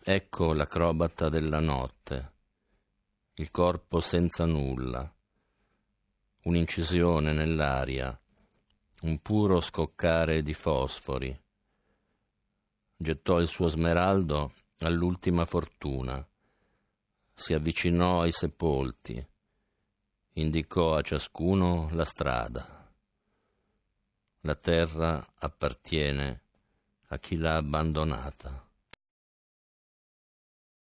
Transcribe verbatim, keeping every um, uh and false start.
Ecco l'acrobata della notte, il corpo senza nulla, un'incisione nell'aria, un puro scoccare di fosfori. Gettò il suo smeraldo all'ultima fortuna, si avvicinò ai sepolti, indicò a ciascuno la strada. La terra appartiene a chi l'ha abbandonata.